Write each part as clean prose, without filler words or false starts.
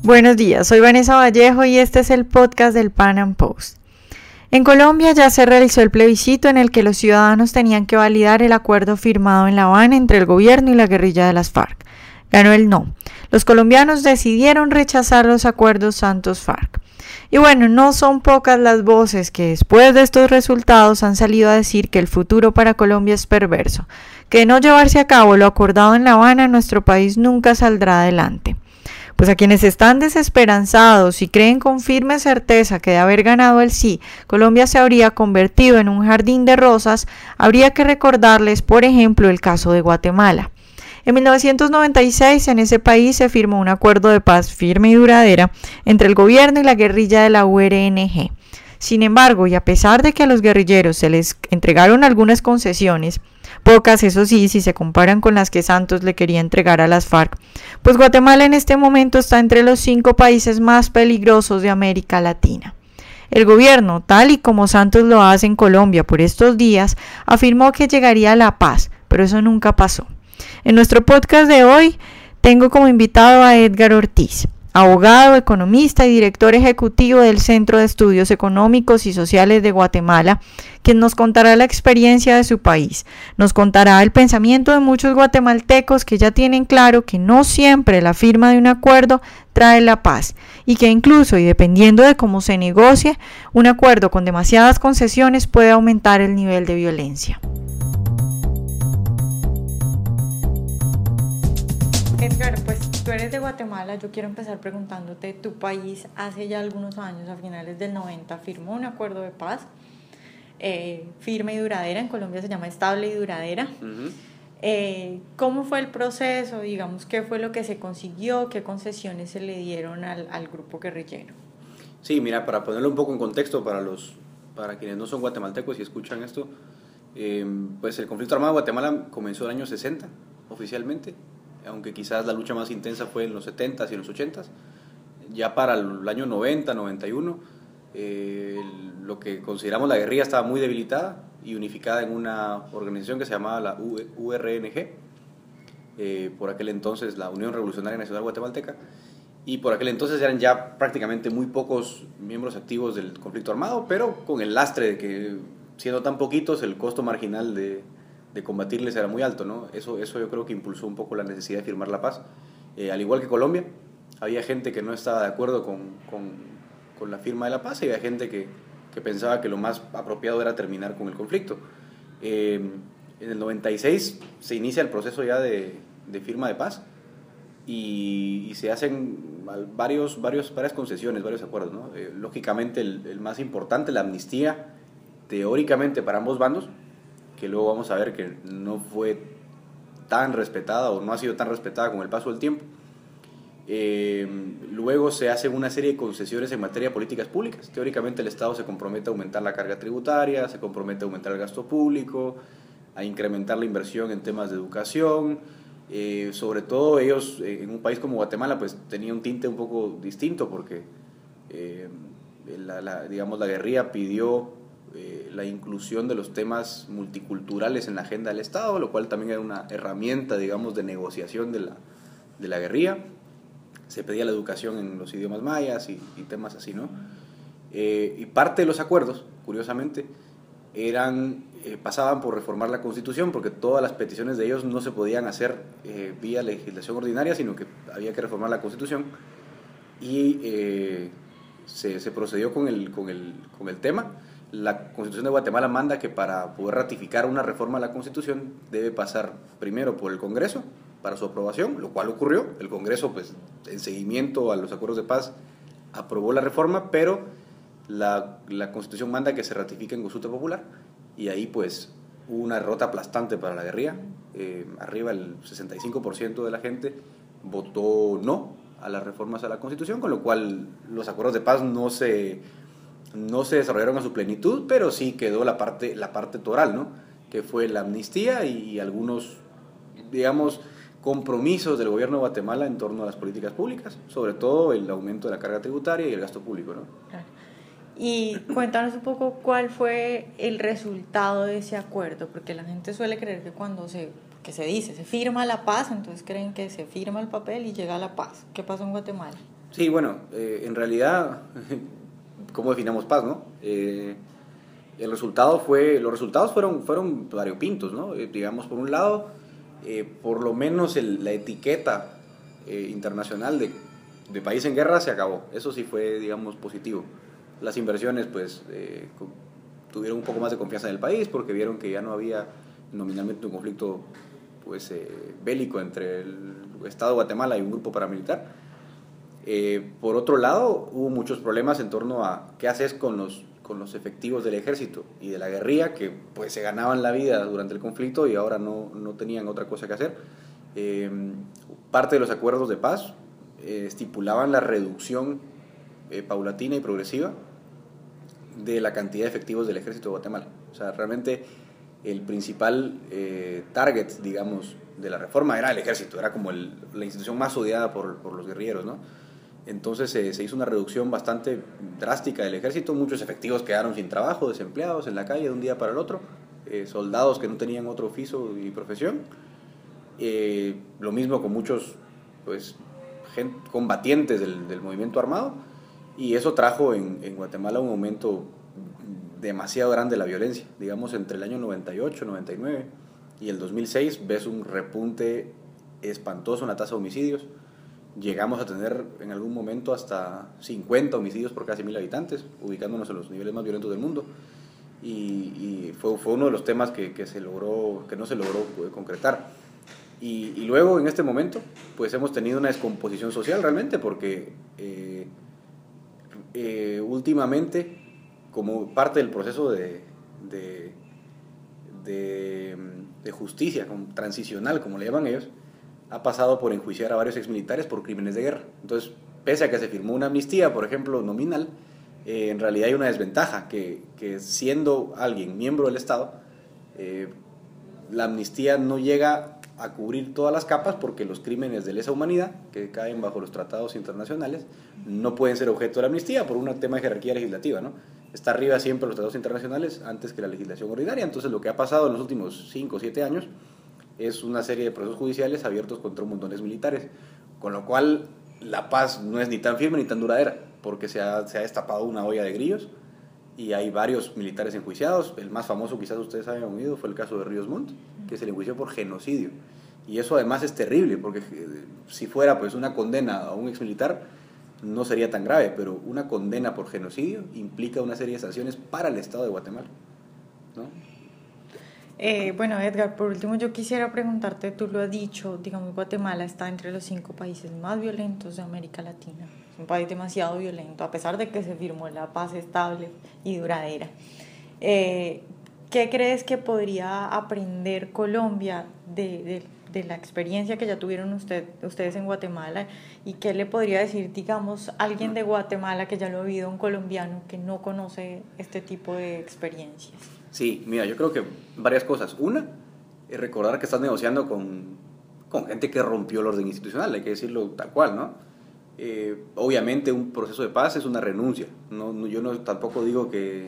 Buenos días, soy Vanessa Vallejo y este es el podcast del Pan Am Post. En Colombia ya se realizó el plebiscito en el que los ciudadanos tenían que validar el acuerdo firmado en La Habana entre el gobierno y la guerrilla de las FARC. Ganó el no. Los colombianos decidieron rechazar los acuerdos Santos-FARC. Y bueno, no son pocas las voces que después de estos resultados han salido a decir que el futuro para Colombia es perverso, que de no llevarse a cabo lo acordado en La Habana, nuestro país nunca saldrá adelante. Pues a quienes están desesperanzados y creen con firme certeza que de haber ganado el sí, Colombia se habría convertido en un jardín de rosas, habría que recordarles, por ejemplo, el caso de Guatemala. En 1996 en ese país se firmó un acuerdo de paz firme y duradera entre el gobierno y la guerrilla de la URNG. Sin embargo, y a pesar de que a los guerrilleros se les entregaron algunas concesiones, pocas eso sí, si se comparan con las que Santos le quería entregar a las FARC, pues Guatemala en este momento está entre los 5 países más peligrosos de América Latina. El gobierno, tal y como Santos lo hace en Colombia por estos días, afirmó que llegaría a la paz, pero eso nunca pasó. En nuestro podcast de hoy tengo como invitado a Edgar Ortiz, abogado, economista y director ejecutivo del Centro de Estudios Económicos y Sociales de Guatemala, quien nos contará la experiencia de su país, nos contará el pensamiento de muchos guatemaltecos que ya tienen claro que no siempre la firma de un acuerdo trae la paz y que incluso y dependiendo de cómo se negocie, un acuerdo con demasiadas concesiones puede aumentar el nivel de violencia. Edgar, pues tú eres de Guatemala, yo quiero empezar preguntándote, tu país hace ya algunos años, a finales del 90, firmó un acuerdo de paz, firme y duradera, en Colombia se llama estable y duradera. ¿Cómo fue el proceso? Digamos, ¿qué fue lo que se consiguió? ¿Qué concesiones se le dieron al grupo guerrillero? Sí, mira, para ponerlo un poco en contexto para quienes no son guatemaltecos y escuchan esto, pues el conflicto armado de Guatemala comenzó en el año 60 oficialmente, aunque quizás la lucha más intensa fue en los 70s y en los 80s. Ya para el año 90, 91, lo que consideramos la guerrilla estaba muy debilitada y unificada en una organización que se llamaba la URNG, por aquel entonces la Unión Revolucionaria Nacional Guatemalteca, y por aquel entonces eran ya prácticamente muy pocos miembros activos del conflicto armado, pero con el lastre de que, siendo tan poquitos, el costo marginal de combatirles era muy alto, ¿no? Eso yo creo que impulsó un poco la necesidad de firmar la paz. Al igual que Colombia, había gente que no estaba de acuerdo con la firma de la paz y había gente que pensaba que lo más apropiado era terminar con el conflicto. En el 96 se inicia el proceso ya de firma de paz y se hacen varias concesiones, varios acuerdos, ¿no? Lógicamente el más importante, la amnistía, teóricamente para ambos bandos, que luego vamos a ver que no fue tan respetada o no ha sido tan respetada con el paso del tiempo. Luego se hace una serie de concesiones en materia de políticas públicas. Teóricamente el Estado se compromete a aumentar la carga tributaria, se compromete a aumentar el gasto público, a incrementar la inversión en temas de educación. Sobre todo ellos, en un país como Guatemala, pues tenía un tinte un poco distinto porque la guerrilla pidió la inclusión de los temas multiculturales en la agenda del Estado, lo cual también era una herramienta, digamos, de negociación de la guerrilla. Se pedía la educación en los idiomas mayas y temas así, ¿no? Y parte de los acuerdos, curiosamente, pasaban por reformar la Constitución, porque todas las peticiones de ellos no se podían hacer vía legislación ordinaria, sino que había que reformar la Constitución. Y se procedió con el tema. La Constitución de Guatemala manda que para poder ratificar una reforma a la Constitución debe pasar primero por el Congreso para su aprobación, lo cual ocurrió. El Congreso, pues, en seguimiento a los acuerdos de paz, aprobó la reforma, pero la Constitución manda que se ratifique en consulta popular y ahí, pues, hubo una derrota aplastante para la guerrilla. Arriba el 65% de la gente votó no a las reformas a la Constitución, con lo cual los acuerdos de paz no se desarrollaron a su plenitud, pero sí quedó la parte toral, ¿no? Que fue la amnistía y algunos, digamos, compromisos del gobierno de Guatemala en torno a las políticas públicas, sobre todo el aumento de la carga tributaria y el gasto público, ¿no? Claro. Y cuéntanos un poco cuál fue el resultado de ese acuerdo, porque la gente suele creer que cuando se firma la paz, entonces creen que se firma el papel y llega la paz. ¿Qué pasó en Guatemala? Sí, bueno, en realidad, ¿cómo definamos paz, no? Los resultados fueron variopintos, ¿no? Digamos, por un lado, por lo menos la etiqueta internacional de país en guerra se acabó. Eso sí fue, digamos, positivo. Las inversiones, pues, tuvieron un poco más de confianza en el país porque vieron que ya no había nominalmente un conflicto, pues, bélico entre el Estado de Guatemala y un grupo paramilitar. Por otro lado, hubo muchos problemas en torno a qué haces con los efectivos del ejército y de la guerrilla que pues se ganaban la vida durante el conflicto y ahora no tenían otra cosa que hacer. Parte de los acuerdos de paz estipulaban la reducción paulatina y progresiva de la cantidad de efectivos del ejército de Guatemala. O sea, realmente el principal target, digamos, de la reforma era el ejército, era como la institución más odiada por los guerrilleros, ¿no? Entonces se hizo una reducción bastante drástica del ejército, muchos efectivos quedaron sin trabajo, desempleados en la calle de un día para el otro, soldados que no tenían otro oficio y profesión, lo mismo con muchos pues, combatientes del movimiento armado, y eso trajo en Guatemala un aumento demasiado grande de la violencia. Digamos, entre el año 98, 99 y el 2006 ves un repunte espantoso en la tasa de homicidios. Llegamos a tener en algún momento hasta 50 homicidios por casi 1000 habitantes, ubicándonos en los niveles más violentos del mundo. Y fue uno de los temas que no se logró concretar. Y luego, en este momento, pues hemos tenido una descomposición social realmente, porque últimamente, como parte del proceso de justicia transicional, como le llaman ellos, ha pasado por enjuiciar a varios exmilitares por crímenes de guerra. Entonces, pese a que se firmó una amnistía, por ejemplo, nominal, en realidad hay una desventaja, que siendo alguien miembro del Estado, la amnistía no llega a cubrir todas las capas, porque los crímenes de lesa humanidad, que caen bajo los tratados internacionales, no pueden ser objeto de la amnistía por un tema de jerarquía legislativa, ¿no? Está arriba siempre los tratados internacionales antes que la legislación ordinaria. Entonces, lo que ha pasado en los últimos 5 o 7 años es una serie de procesos judiciales abiertos contra un montón de militares, con lo cual la paz no es ni tan firme ni tan duradera, porque se ha destapado una olla de grillos y hay varios militares enjuiciados. El más famoso, quizás ustedes hayan oído, fue el caso de Ríos Montt, que se le enjuició por genocidio, y eso además es terrible, porque si fuera pues una condena a un exmilitar no sería tan grave, pero una condena por genocidio implica una serie de sanciones para el Estado de Guatemala, ¿no? Bueno, Edgar, por último yo quisiera preguntarte, tú lo has dicho, digamos, Guatemala está entre los 5 países más violentos de América Latina. Es un país demasiado violento, a pesar de que se firmó la paz estable y duradera. ¿Qué crees que podría aprender Colombia de la experiencia que ya tuvieron ustedes en Guatemala? ¿Y qué le podría decir, digamos, alguien de Guatemala que ya lo ha vivido, un colombiano que no conoce este tipo de experiencias? Sí, mira, yo creo que varias cosas. Una, es recordar que estás negociando con gente que rompió el orden institucional, hay que decirlo tal cual, ¿no? Obviamente un proceso de paz es una renuncia. Yo tampoco digo que...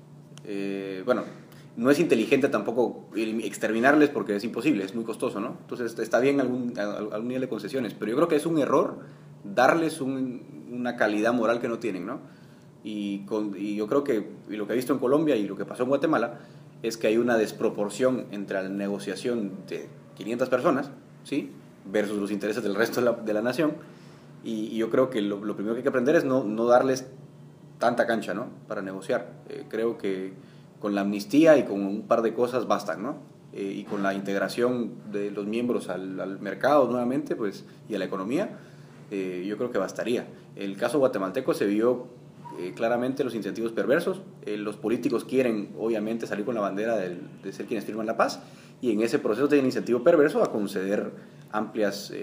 bueno, no es inteligente tampoco exterminarles, porque es imposible, es muy costoso, ¿no? Entonces está bien algún nivel de concesiones, pero yo creo que es un error darles una calidad moral que no tienen, ¿no? Y yo creo que lo que he visto en Colombia y lo que pasó en Guatemala es que hay una desproporción entre la negociación de 500 personas, ¿sí?, versus los intereses del resto de la nación, y yo creo que lo primero que hay que aprender es no darles tanta cancha, ¿no?, para negociar. Creo que con la amnistía y con un par de cosas bastan, ¿no? Y con la integración de los miembros al mercado nuevamente, pues, y a la economía, yo creo que bastaría. El caso guatemalteco se vio claramente los incentivos perversos. Los políticos quieren, obviamente, salir con la bandera de ser quienes firman la paz, y en ese proceso tienen incentivo perverso a conceder amplias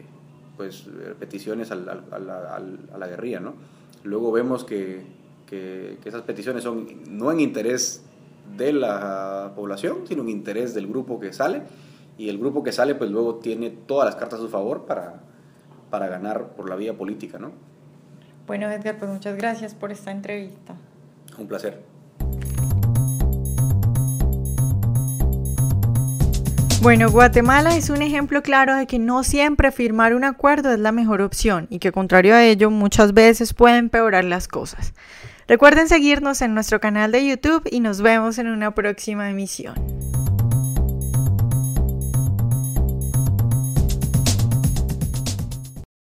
peticiones a la guerrilla, ¿no? Luego vemos que esas peticiones son no en interés de la población, sino en interés del grupo que sale, y el grupo que sale pues luego tiene todas las cartas a su favor para ganar por la vía política, ¿no? Bueno, Edgar, pues muchas gracias por esta entrevista. Un placer. Bueno, Guatemala es un ejemplo claro de que no siempre firmar un acuerdo es la mejor opción y que contrario a ello muchas veces puede empeorar las cosas. Recuerden seguirnos en nuestro canal de YouTube y nos vemos en una próxima emisión.